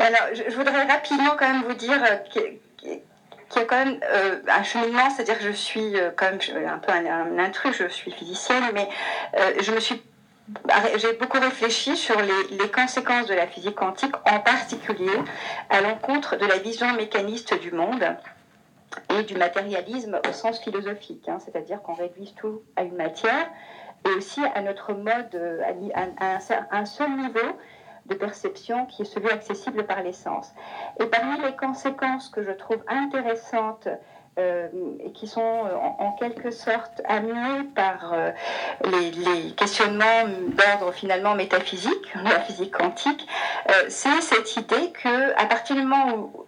Alors, je voudrais rapidement quand même vous dire qu'il y a quand même un cheminement, c'est-à-dire que je suis quand même un peu un intrus, je suis physicienne, mais j'ai beaucoup réfléchi sur les conséquences de la physique quantique, en particulier à l'encontre de la vision mécaniste du monde et du matérialisme au sens philosophique, c'est-à-dire qu'on réduise tout à une matière et aussi à notre mode, à un seul niveau de perception qui est celui accessible par les sens. Et parmi les conséquences que je trouve intéressantes et qui sont en quelque sorte amenées par les questionnements d'ordre finalement métaphysique, de la physique quantique, c'est cette idée qu'à partir du moment où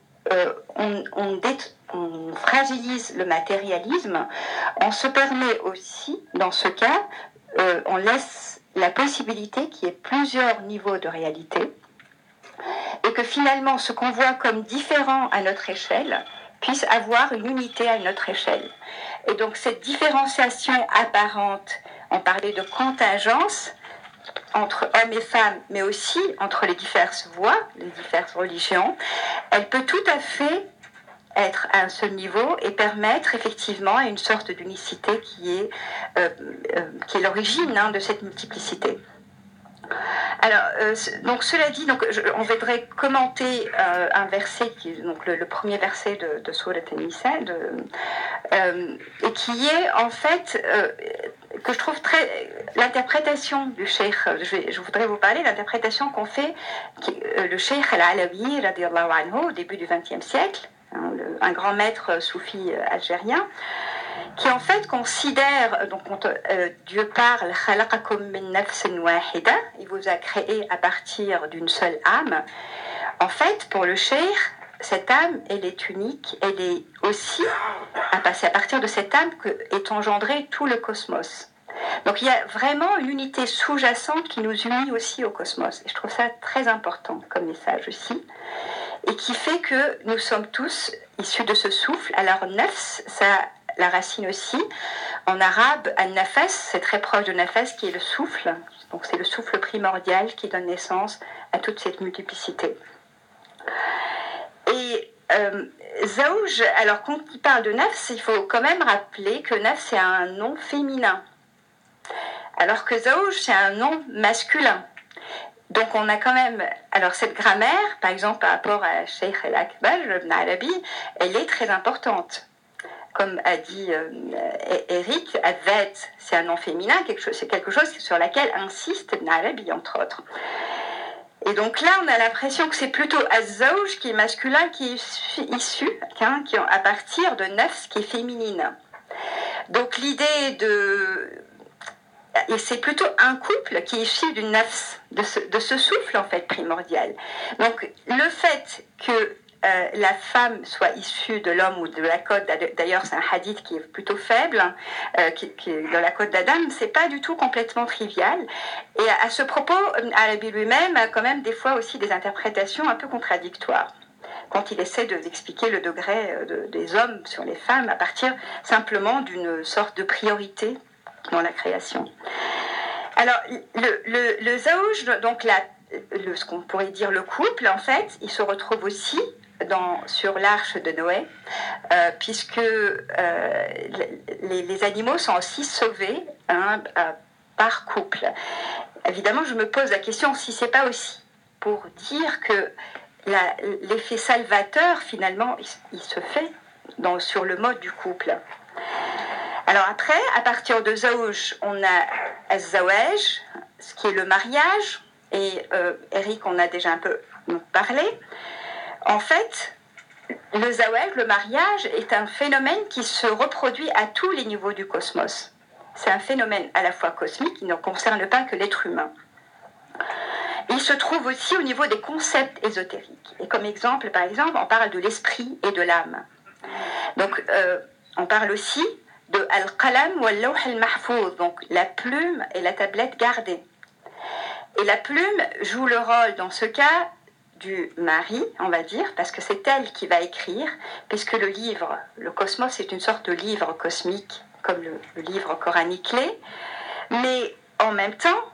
on fragilise le matérialisme, on se permet aussi, dans ce cas, on laisse la possibilité qu'il y ait plusieurs niveaux de réalité et que finalement ce qu'on voit comme différent à notre échelle puisse avoir une unité à notre échelle. Et donc cette différenciation apparente, on parlait de contingence entre hommes et femmes, mais aussi entre les diverses voies, les diverses religions, elle peut tout à fait être à un seul niveau et permettre effectivement une sorte d'unicité qui est l'origine de cette multiplicité. Alors, donc cela dit, on voudrait commenter un verset qui est donc le premier verset de Sourate An-Nisa, et qui est en fait que je trouve l'interprétation du cheikh. Je voudrais vous parler de l'interprétation qu'ont fait le cheikh Al-Alawi radiallahu anhu au début du XXe siècle, un grand maître soufi algérien, qui en fait considère, donc Dieu parle, il vous a créé à partir d'une seule âme. En fait, pour le cheikh, cette âme, elle est unique, elle est aussi, c'est à partir de cette âme qu'est engendré tout le cosmos. Donc il y a vraiment une unité sous-jacente qui nous unit aussi au cosmos. Et je trouve ça très important comme message aussi. Et qui fait que nous sommes tous issus de ce souffle. Alors nafs, ça la racine aussi. En arabe, an-nafas, c'est très proche de nafas qui est le souffle. Donc c'est le souffle primordial qui donne naissance à toute cette multiplicité. Et Zawj, alors quand il parle de nafs, il faut quand même rappeler que nafs c'est un nom féminin. Alors que Zawj c'est un nom masculin. Donc on a quand même, alors cette grammaire, par exemple par rapport à Sheikh Al-Akbar, Ibn Arabi, elle est très importante. Comme a dit Eric, Advet, c'est un nom féminin, c'est quelque chose sur laquelle insiste Ibn Arabi, entre autres. Et donc là, on a l'impression que c'est plutôt Az-Zawj qui est masculin, qui est issu, à partir de nafs qui est féminine. Donc l'idée et c'est plutôt un couple qui est issu d'une nafs, de ce souffle en fait primordial. Donc le fait que la femme soit issue de l'homme ou de la côte, d'ailleurs c'est un hadith qui est plutôt faible, qui est de la côte d'Adam, c'est pas du tout complètement trivial. Et à ce propos, Arabi lui-même a quand même des fois aussi des interprétations un peu contradictoires quand il essaie d'expliquer le degré des hommes sur les femmes à partir simplement d'une sorte de priorité dans la création. Alors, le Zawj, donc ce qu'on pourrait dire le couple, en fait, il se retrouve aussi sur l'arche de Noé, puisque les animaux sont aussi sauvés par couple. Évidemment, je me pose la question si c'est pas aussi pour dire que l'effet salvateur, finalement, il se fait sur le mode du couple. Alors après, à partir de Zawj, on a Az-Zawaj, ce qui est le mariage, et Eric en a déjà un peu parlé. En fait, le Zawaj, le mariage, est un phénomène qui se reproduit à tous les niveaux du cosmos. C'est un phénomène à la fois cosmique, qui ne concerne pas que l'être humain. Et il se trouve aussi au niveau des concepts ésotériques. Et comme exemple, par exemple, on parle de l'esprit et de l'âme. Donc, on parle aussi de Al-Qalam ou Al-Lawh al-Mahfouz, donc la plume et la tablette gardée. Et la plume joue le rôle, dans ce cas, du mari, on va dire, parce que c'est elle qui va écrire, puisque le cosmos est une sorte de livre cosmique, comme le livre coranique l'est, mais en même temps,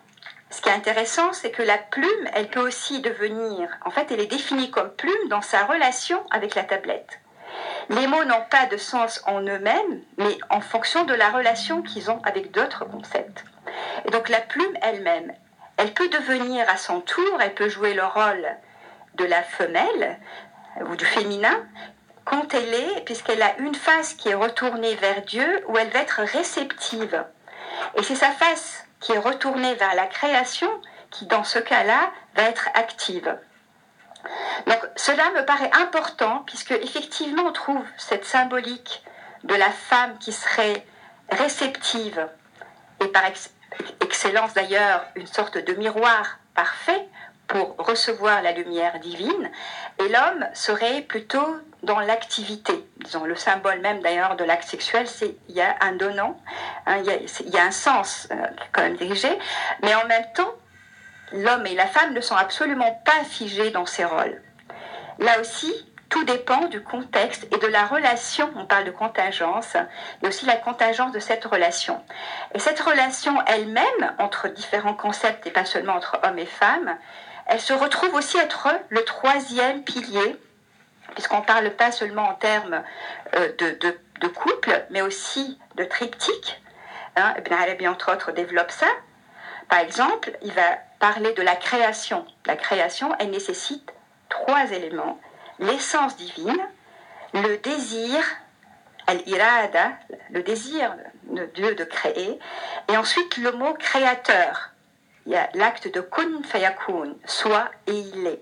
ce qui est intéressant, c'est que la plume, elle peut aussi devenir, en fait, elle est définie comme plume dans sa relation avec la tablette. Les mots n'ont pas de sens en eux-mêmes, mais en fonction de la relation qu'ils ont avec d'autres concepts. Et donc la plume elle-même, elle peut devenir à son tour, elle peut jouer le rôle de la femelle ou du féminin quand elle est, puisqu'elle a une face qui est retournée vers Dieu, où elle va être réceptive. Et c'est sa face qui est retournée vers la création qui, dans ce cas-là, va être active. Donc cela me paraît important puisque effectivement on trouve cette symbolique de la femme qui serait réceptive et par excellence d'ailleurs une sorte de miroir parfait pour recevoir la lumière divine, et l'homme serait plutôt dans l'activité. Disons, le symbole même d'ailleurs de l'acte sexuel, c'est il y a un donnant, hein, il y a un sens quand même dirigé, mais en même temps, l'homme et la femme ne sont absolument pas figés dans ces rôles. Là aussi, tout dépend du contexte et de la relation. On parle de contingence, mais aussi la contingence de cette relation. Et cette relation elle-même, entre différents concepts et pas seulement entre hommes et femmes, elle se retrouve aussi être le troisième pilier, puisqu'on ne parle pas seulement en termes de couple, mais aussi de triptyque. Hein, Ibn Arabi, entre autres, développe ça. Par exemple, il va parler de la création. La création, elle nécessite 3 éléments: l'essence divine, le désir, al-irada, le désir de Dieu de créer, et ensuite le mot créateur. Il y a l'acte de kun fayakun, soit et il est.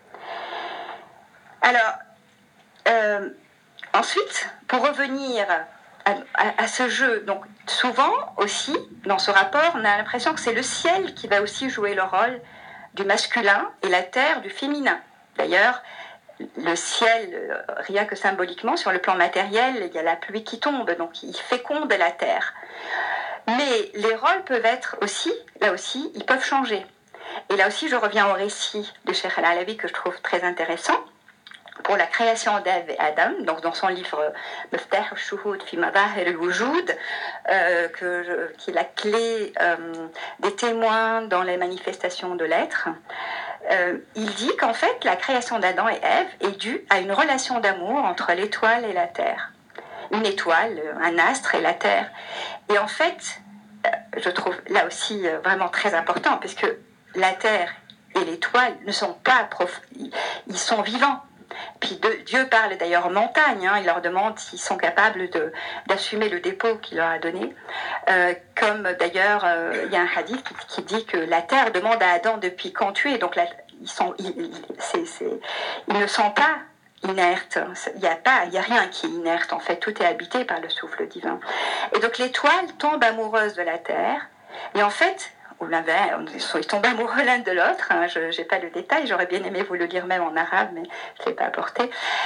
Alors, ensuite, pour revenir à ce jeu, donc souvent aussi, dans ce rapport, on a l'impression que c'est le ciel qui va aussi jouer le rôle du masculin et la terre du féminin. D'ailleurs, le ciel, rien que symboliquement, sur le plan matériel, il y a la pluie qui tombe, donc il féconde la terre. Mais les rôles peuvent être aussi, là aussi, ils peuvent changer. Et là aussi, je reviens au récit de Cheikh Al-Alawi que je trouve très intéressant pour la création d'Ève et Adam, donc dans son livre Miftah al-Shuhud fi Madahir al-Wujud, qui est la clé des témoins dans les manifestations de l'être. Il dit qu'en fait, la création d'Adam et Ève est due à une relation d'amour entre l'étoile et la terre. Une étoile, un astre et la terre. Et en fait, je trouve là aussi vraiment très important, puisque la terre et l'étoile ne sont pas ils sont vivants. Puis Dieu parle d'ailleurs aux montagnes, hein, il leur demande s'ils sont capables d'assumer le dépôt qu'il leur a donné. Comme d'ailleurs, il y a un hadith qui dit que la terre demande à Adam depuis quand tu es. Donc là, ils ne sont pas inertes. Il n'y a rien qui est inerte en fait. Tout est habité par le souffle divin. Et donc l'étoile tombe amoureuse de la terre. Et en fait, ils tombent amoureux l'un de l'autre. Hein, je n'ai pas le détail, j'aurais bien aimé vous le lire même en arabe, mais je ne l'ai pas apporté.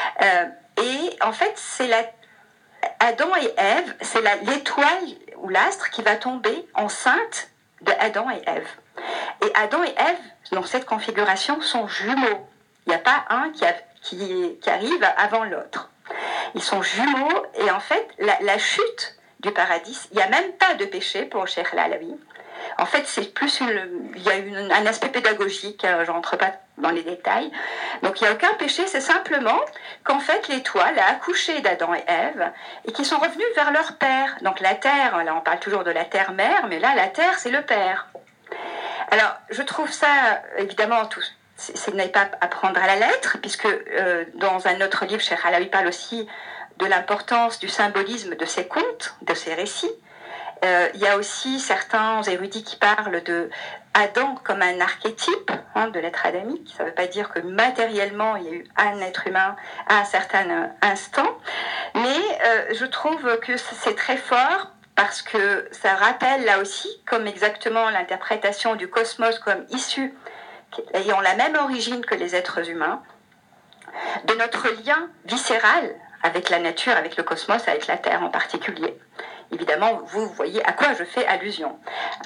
Et en fait, c'est Adam et Ève, c'est l'étoile ou l'astre qui va tomber enceinte de Adam et Ève. Et Adam et Ève, dans cette configuration, sont jumeaux. Il n'y a pas un qui arrive avant l'autre. Ils sont jumeaux, et en fait, la chute du paradis, il n'y a même pas de péché pour Cheikh Al-Alawi. En fait, c'est plus il y a un aspect pédagogique, je ne rentre pas dans les détails. Donc, il n'y a aucun péché, c'est simplement qu'en fait, l'étoile a accouché d'Adam et Ève et qu'ils sont revenus vers leur père. Donc, la terre, là, on parle toujours de la terre-mère, mais là, la terre, c'est le père. Alors, je trouve ça, évidemment, ce n'est pas à prendre à la lettre, puisque dans un autre livre, Cheikh Alawi parle aussi de l'importance du symbolisme de ces contes, de ces récits. Il y a aussi certains érudits qui parlent de Adam comme un archétype de l'être adamique. Ça ne veut pas dire que matériellement il y a eu un être humain à un certain instant, mais je trouve que c'est très fort parce que ça rappelle là aussi, comme exactement l'interprétation du cosmos comme issu, ayant la même origine que les êtres humains, de notre lien viscéral avec la nature, avec le cosmos, avec la Terre en particulier. Évidemment, vous voyez à quoi je fais allusion,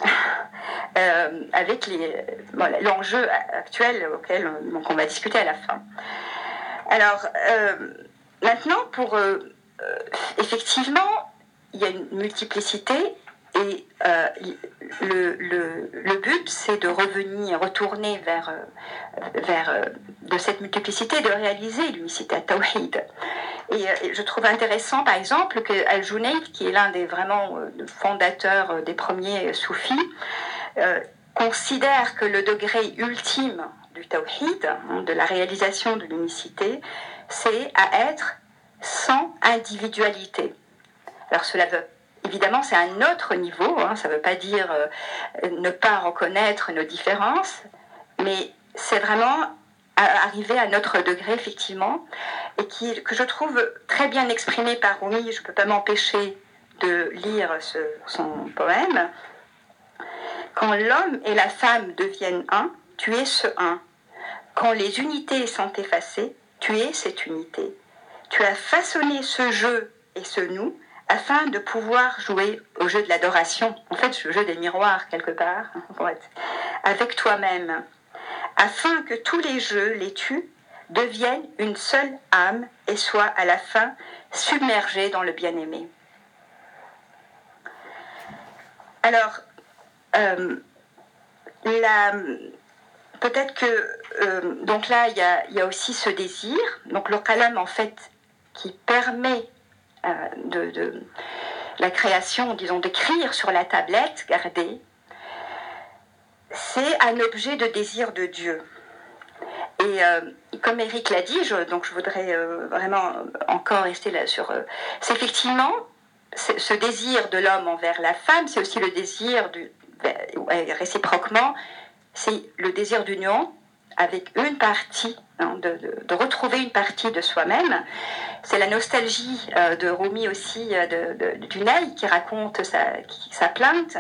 avec l'enjeu actuel auquel on va discuter à la fin. Alors, maintenant, effectivement, il y a une multiplicité Et le but, c'est de retourner vers de cette multiplicité, de réaliser l'unicité à Tawhid. Et je trouve intéressant, par exemple, que Al-Junayd, qui est l'un des vraiment fondateurs des premiers soufis, considère que le degré ultime du Tawhid, de la réalisation de l'unicité, c'est à être sans individualité. Alors cela veut évidemment, c'est un autre niveau, ça ne veut pas dire ne pas reconnaître nos différences, mais c'est vraiment arriver à notre degré, effectivement, et que je trouve très bien exprimé par Rumi. Je ne peux pas m'empêcher de lire son poème. Quand l'homme et la femme deviennent un, tu es ce un. Quand les unités sont effacées, tu es cette unité. Tu as façonné ce jeu et ce nous, afin de pouvoir jouer au jeu de l'adoration, en fait, le jeu des miroirs, quelque part, avec toi-même, afin que tous les jeux, les tu, deviennent une seule âme et soient à la fin submergés dans le bien-aimé. Alors, peut-être que, donc là, il y a aussi ce désir, donc le qalam, en fait, qui permet de la création, disons, d'écrire sur la tablette gardée, c'est un objet de désir de Dieu. Et comme Eric l'a dit, donc je voudrais vraiment encore rester là sur... c'est effectivement ce désir de l'homme envers la femme, c'est aussi le désir, réciproquement, c'est le désir d'union avec une partie, de retrouver une partie de soi-même. C'est la nostalgie de Rumi aussi, du Ney, qui raconte sa plainte.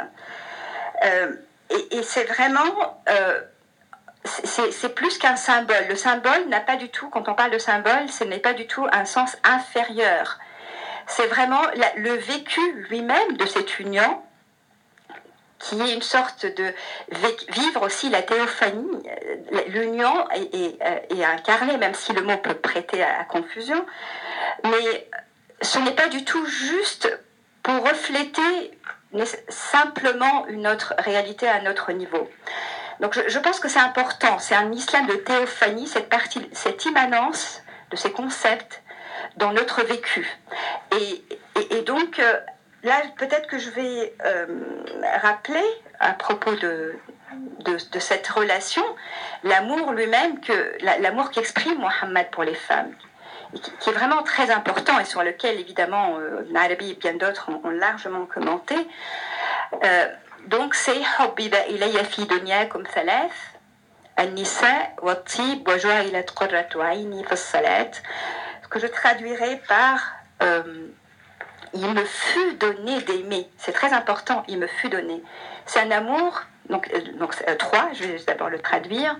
Et c'est vraiment... c'est plus qu'un symbole. Le symbole n'a pas du tout, quand on parle de symbole, ce n'est pas du tout un sens inférieur. C'est vraiment le vécu lui-même de cette union, qui est une sorte de vivre aussi la théophanie. L'union est incarnée, même si le mot peut prêter à confusion, mais ce n'est pas du tout juste pour refléter simplement une autre réalité à un autre niveau. Donc je pense que c'est important, c'est un islam de théophanie, cette immanence de ces concepts dans notre vécu. Et donc là, peut-être que je vais rappeler à propos de cette relation, l'amour lui-même, l'amour qu'exprime Mohammed pour les femmes, qui est vraiment très important et sur lequel, évidemment, Narabi et bien d'autres ont largement commenté. Donc c'est حبب إلي في دنياكم ثلاث النساء والطيب وجعلت قرة عيني في الصلاة, ce que je traduirai par il me fut donné d'aimer. C'est très important, il me fut donné. C'est un amour, donc trois, je vais d'abord le traduire.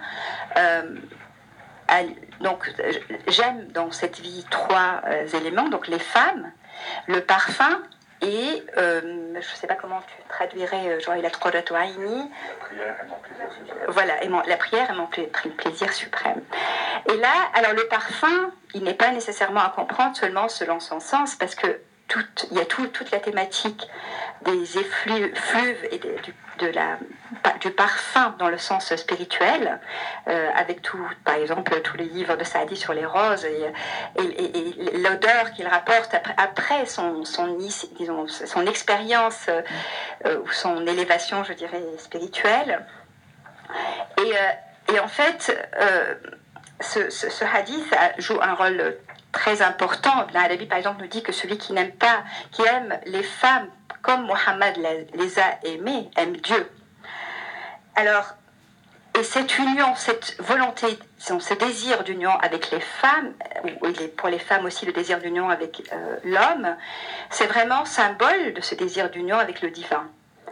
Donc j'aime dans cette vie trois éléments, donc les femmes, le parfum, et je ne sais pas comment tu traduirais, genre il a trop de toaini. Voilà, la prière est mon plaisir suprême. Et là, alors le parfum, il n'est pas nécessairement à comprendre seulement selon son sens, parce que il y a toute la thématique des effluves et du parfum dans le sens spirituel, avec par exemple tous les livres de Saadi sur les roses et l'odeur qu'il rapporte après son expérience ou son élévation, je dirais, spirituelle. Et en fait, ce hadith joue un rôle très important. Ibn Arabi, par exemple, nous dit que celui qui aime les femmes comme Mohammed les a aimées, aime Dieu. Alors, et cette union, cette volonté, ce désir d'union avec les femmes, ou pour les femmes aussi le désir d'union avec l'homme, c'est vraiment symbole de ce désir d'union avec le divin.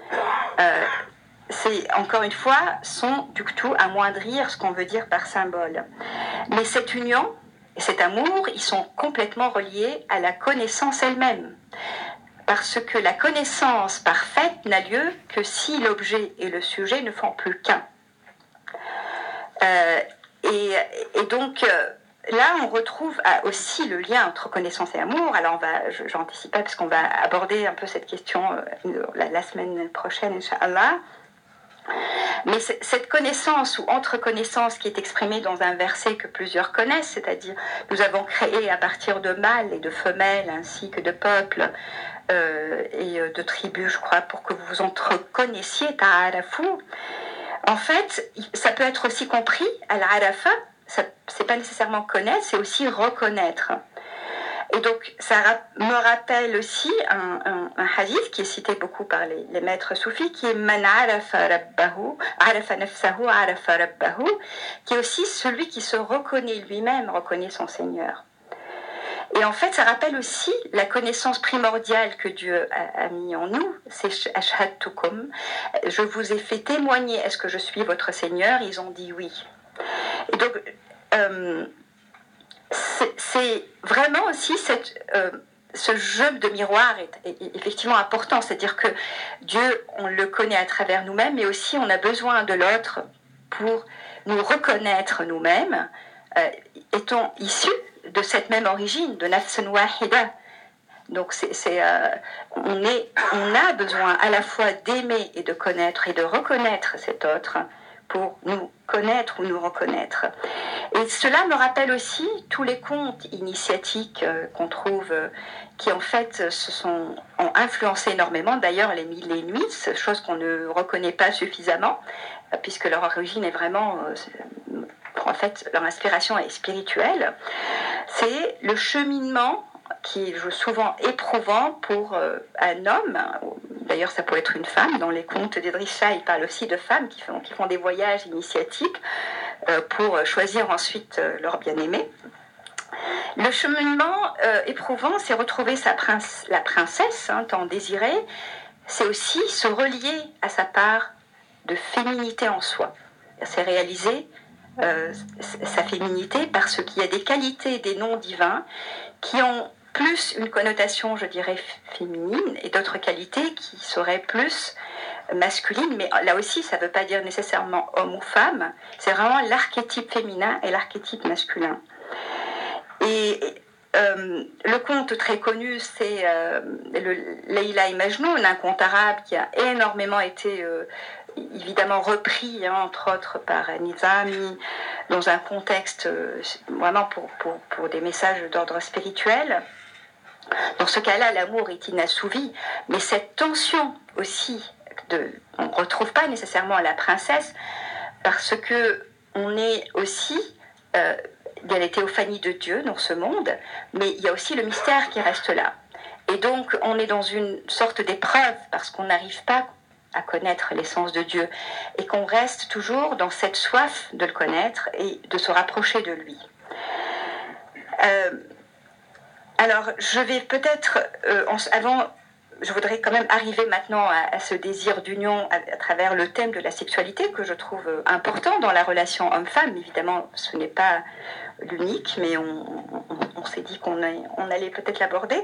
C'est, encore une fois, sans du tout amoindrir ce qu'on veut dire par symbole. Mais cette union et cet amour, ils sont complètement reliés à la connaissance elle-même. Parce que la connaissance parfaite n'a lieu que si l'objet et le sujet ne font plus qu'un. Et donc, là, on retrouve aussi le lien entre connaissance et amour. Alors, j'anticipe pas parce qu'on va aborder un peu cette question la semaine prochaine, Inch'Allah. Mais cette connaissance ou entre-connaissance qui est exprimée dans un verset que plusieurs connaissent, c'est-à-dire nous avons créé à partir de mâles et de femelles ainsi que de peuples et de tribus, je crois, pour que vous vous entre-connaissiez, ta'arafu. En fait, ça peut être aussi compris à l'arafa, c'est pas nécessairement connaître, c'est aussi reconnaître. Et donc, ça me rappelle aussi un hadith qui est cité beaucoup par les maîtres soufis, qui est Man arafa rabbahu, arafa nafsahu, arafa rabbahu, qui est aussi celui qui se reconnaît lui-même, reconnaît son Seigneur. Et en fait, ça rappelle aussi la connaissance primordiale que Dieu a mis en nous, c'est ashhadtukum. Je vous ai fait témoigner, est-ce que je suis votre Seigneur? Ils ont dit oui. Et donc, c'est vraiment aussi ce jeu de miroir est effectivement important, c'est-à-dire que Dieu, on le connaît à travers nous-mêmes, mais aussi on a besoin de l'autre pour nous reconnaître nous-mêmes, étant issus de cette même origine, de nafsun wahida. Donc on a besoin à la fois d'aimer et de connaître et de reconnaître cet autre pour nous connaître ou nous reconnaître. Et cela me rappelle aussi tous les contes initiatiques qu'on trouve, qui en fait ont influencé énormément, d'ailleurs les mille et nuits, chose qu'on ne reconnaît pas suffisamment, puisque leur origine est vraiment, en fait, leur inspiration est spirituelle. C'est le cheminement qui est souvent éprouvant pour un homme, d'ailleurs ça peut être une femme, dans les contes d'Idrissa, il parle aussi de femmes qui font des voyages initiatiques pour choisir ensuite leur bien-aimé. Le cheminement éprouvant, c'est retrouver la princesse, tant désirée, c'est aussi se relier à sa part de féminité en soi. C'est réaliser sa féminité parce qu'il y a des qualités des noms divins qui ont plus une connotation, je dirais, féminine et d'autres qualités qui seraient plus masculines. Mais là aussi, ça ne veut pas dire nécessairement homme ou femme. C'est vraiment l'archétype féminin et l'archétype masculin. Et le conte très connu, c'est le Leïla et Majnoun, un conte arabe qui a énormément été évidemment repris, entre autres par Nizami, dans un contexte vraiment pour des messages d'ordre spirituel. Dans ce cas-là, l'amour est inassouvi, mais cette tension aussi, on ne retrouve pas nécessairement la princesse, parce que on est aussi il y a les théophanies de Dieu dans ce monde, mais il y a aussi le mystère qui reste là. Et donc, on est dans une sorte d'épreuve, parce qu'on n'arrive pas à connaître l'essence de Dieu, et qu'on reste toujours dans cette soif de le connaître et de se rapprocher de lui. Alors, je vais peut-être, je voudrais quand même arriver maintenant à ce désir d'union à travers le thème de la sexualité, que je trouve important dans la relation homme-femme. Évidemment, ce n'est pas l'unique, mais on s'est dit qu'on allait peut-être l'aborder.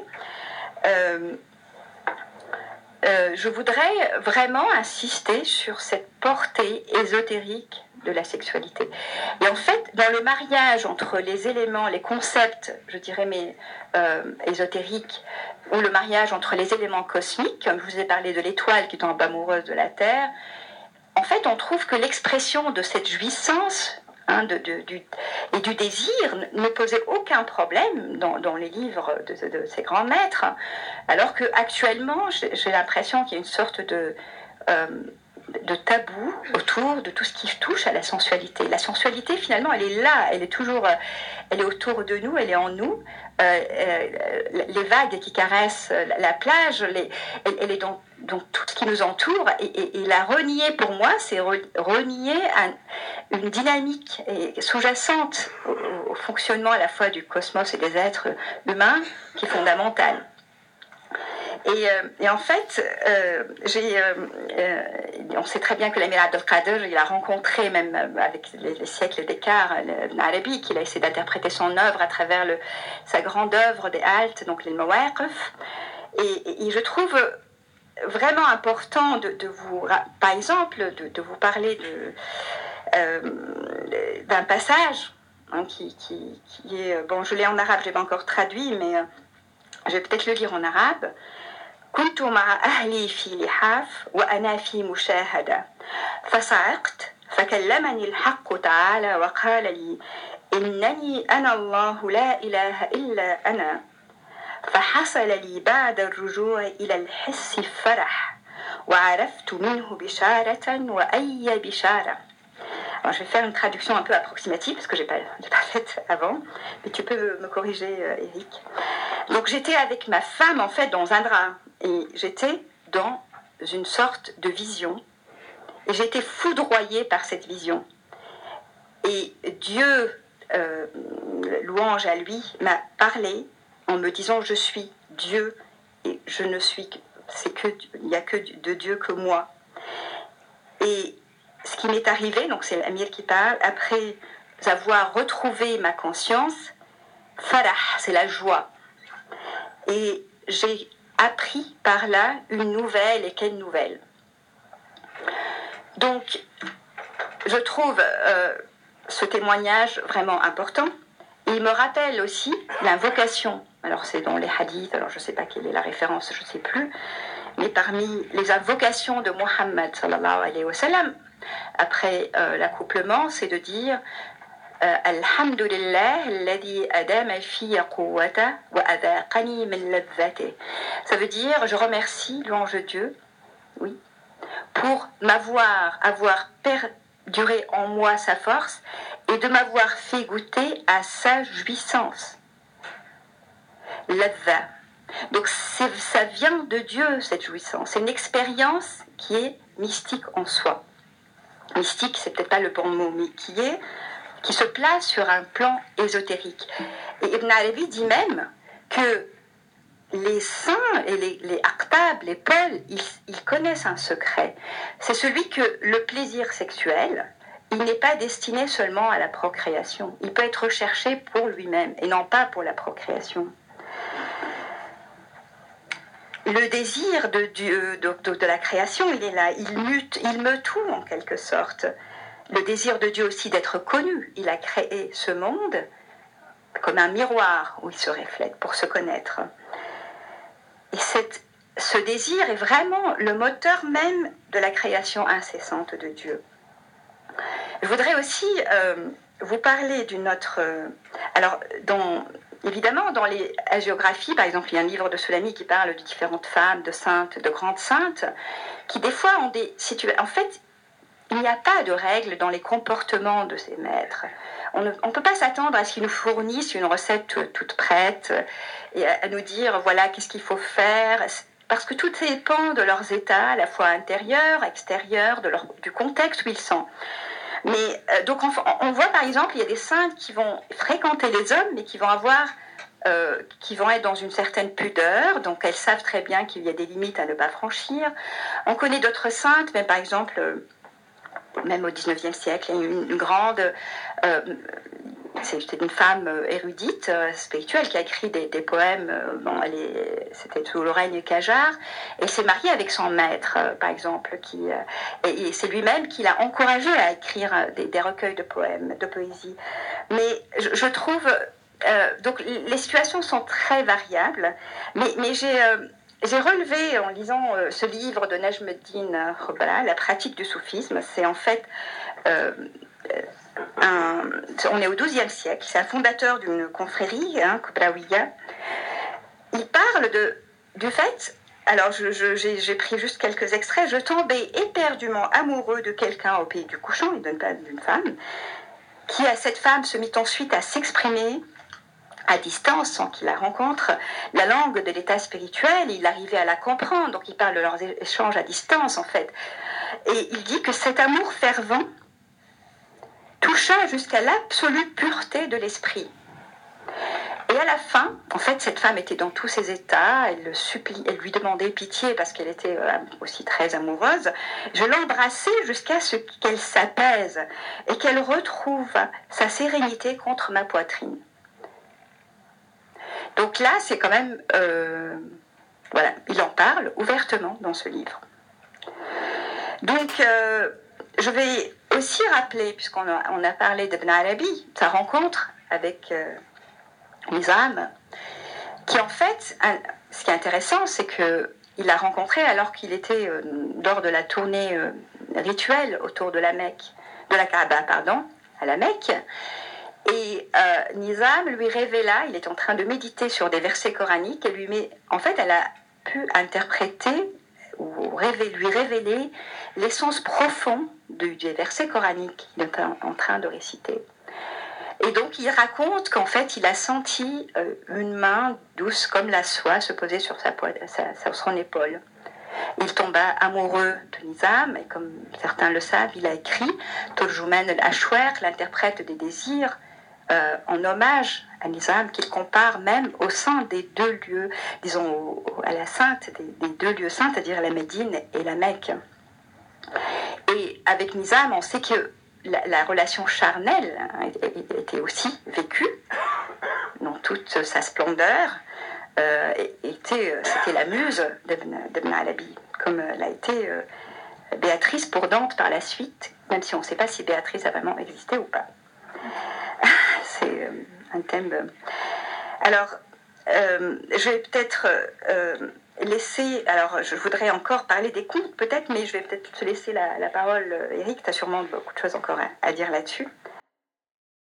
Je voudrais vraiment insister sur cette portée ésotérique de la sexualité. Et en fait, dans le mariage entre les éléments, les concepts, je dirais, mais ésotériques, ou le mariage entre les éléments cosmiques, comme je vous ai parlé de l'étoile qui tombe amoureuse de la Terre, en fait, on trouve que l'expression de cette jouissance et du désir ne posait aucun problème dans les livres de ces grands maîtres, alors qu'actuellement, j'ai l'impression qu'il y a une sorte de tabou autour de tout ce qui touche à la sensualité. La sensualité, finalement, elle est là, elle est autour de nous, elle est en nous. Les vagues qui caressent la plage, elle est dans tout ce qui nous entoure, et la renier, pour moi, c'est renier une dynamique sous-jacente au fonctionnement à la fois du cosmos et des êtres humains qui est fondamentale. Et en fait, on sait très bien que l'Amir Abdelkader, il a rencontré, même avec les siècles d'écart, l'Arabi, qu'il a essayé d'interpréter son œuvre à travers sa grande œuvre des haltes, donc les Mawaqif. Et je trouve vraiment important de vous, par exemple, de vous parler d'un passage hein, qui est... Bon, je l'ai en arabe, je ne l'ai pas encore traduit, mais je vais peut-être le lire en arabe. كنت مع أهلي في لحاف وأنا في مشاهدة فصعقت فكلمني الحق تعالى وقال لي إنني أنا الله لا إله إلا أنا فحصل لي بعد الرجوع إلى الحس فرح وعرفت منه بشارة وأي بشارة. Alors, je vais faire une traduction un peu approximative parce que je n'ai pas faite avant, mais tu peux me corriger, Eric. Donc j'étais avec ma femme en fait dans un drap et j'étais dans une sorte de vision et j'étais foudroyée par cette vision. Et Dieu, louange à lui, m'a parlé en me disant je suis Dieu et je ne suis que, il n'y a que de Dieu que moi. Et ce qui m'est arrivé, donc c'est l'Amir qui parle, après avoir retrouvé ma conscience, farah, c'est la joie. Et j'ai appris par là une nouvelle, et quelle nouvelle? Donc, je trouve ce témoignage vraiment important. Et il me rappelle aussi l'invocation. Alors, c'est dans les hadiths, alors je ne sais pas quelle est la référence, je ne sais plus, mais parmi les invocations de Muhammad sallallahu alayhi wa sallam, après l'accouplement, c'est de dire Alhamdulillah alladhi adama fi quwwata wa adaqani min ladhati. Ça veut dire je remercie louange de Dieu, oui, pour avoir perduré en moi sa force et de m'avoir fait goûter à sa jouissance. Ladha. Donc ça vient de Dieu cette jouissance. C'est une expérience qui est mystique en soi. Mystique, c'est peut-être pas le bon mot, mais qui se place sur un plan ésotérique. Et Ibn Arabi dit même que les saints et les aqtab, les pôles, ils connaissent un secret. C'est celui que le plaisir sexuel, il n'est pas destiné seulement à la procréation. Il peut être recherché pour lui-même et non pas pour la procréation. Le désir de Dieu, de la création, il est là, il meut tout en quelque sorte. Le désir de Dieu aussi d'être connu. Il a créé ce monde comme un miroir où il se reflète pour se connaître. Et ce désir est vraiment le moteur même de la création incessante de Dieu. Je voudrais aussi vous parler d'une autre... alors, évidemment, dans les hagiographies, par exemple, il y a un livre de Soulami qui parle de différentes femmes, de saintes, de grandes saintes, qui des fois ont des situations... En fait, il n'y a pas de règles dans les comportements de ces maîtres. On ne peut pas s'attendre à ce qu'ils nous fournissent une recette toute prête et à nous dire, voilà, qu'est-ce qu'il faut faire, parce que tout dépend de leurs états, à la fois intérieurs, extérieurs, du contexte où ils sont. Mais donc on voit par exemple, il y a des saintes qui vont fréquenter les hommes, mais qui vont être dans une certaine pudeur, donc elles savent très bien qu'il y a des limites à ne pas franchir. On connaît d'autres saintes, mais par exemple, même au XIXe siècle, il y a une grande... c'était une femme érudite, spirituelle, qui a écrit des poèmes. C'était sous le règne Qajar, et s'est mariée avec son maître, par exemple, et c'est lui-même qui l'a encouragée à écrire des recueils de poèmes, de poésie. Mais je trouve... donc les situations sont très variables, mais j'ai relevé en lisant ce livre de Najmuddin Khobala, La pratique du soufisme. C'est en fait... on est au XIIe siècle, c'est un fondateur d'une confrérie, Kobraouia. Il parle du fait, alors j'ai pris juste quelques extraits, je tombais éperdument amoureux de quelqu'un au pays du couchant, il ne donne pas d'une femme, cette femme se mit ensuite à s'exprimer à distance, sans qu'il la rencontre, la langue de l'état spirituel, il arrivait à la comprendre, donc il parle de leurs échanges à distance en fait. Et il dit que cet amour fervent toucha jusqu'à l'absolue pureté de l'esprit. Et à la fin, en fait, cette femme était dans tous ses états, elle lui demandait pitié parce qu'elle était aussi très amoureuse. Je l'embrassais jusqu'à ce qu'elle s'apaise et qu'elle retrouve sa sérénité contre ma poitrine. Donc là, c'est quand même... voilà, il en parle ouvertement dans ce livre. Donc, je vais aussi rappeler, puisqu'on a parlé d'Ibn Arabi, sa rencontre avec Nizam, qui en fait, ce qui est intéressant, c'est qu'il l'a rencontré alors qu'il était lors de la tournée rituelle autour de la Mecque, de la Kaaba, pardon, à la Mecque. Et Nizam lui révéla, il est en train de méditer sur des versets coraniques, en fait, elle a pu interpréter ou lui révéler l'essence profonde des versets coraniques qu'il est en train de réciter. Et donc il raconte qu'en fait il a senti une main douce comme la soie se poser sur son épaule. Il tomba amoureux de Nizam, et comme certains le savent, il a écrit Turjuman al-Ashwaq, l'interprète des désirs, en hommage à Nizam, qu'il compare même au sein des deux lieux, disons à la sainte des deux lieux saints, c'est-à-dire la Médine et la Mecque. Et avec Nizam, on sait que la relation charnelle était aussi vécue dans toute sa splendeur. C'était la muse d'Ibn Arabi, comme l'a été Béatrice pour Dante par la suite, même si on ne sait pas si Béatrice a vraiment existé ou pas. C'est un thème. Alors, je vais peut-être laisser. Alors, je voudrais encore parler des contes, peut-être, mais je vais peut-être te laisser la parole, Eric. Tu as sûrement beaucoup de choses encore à dire là-dessus.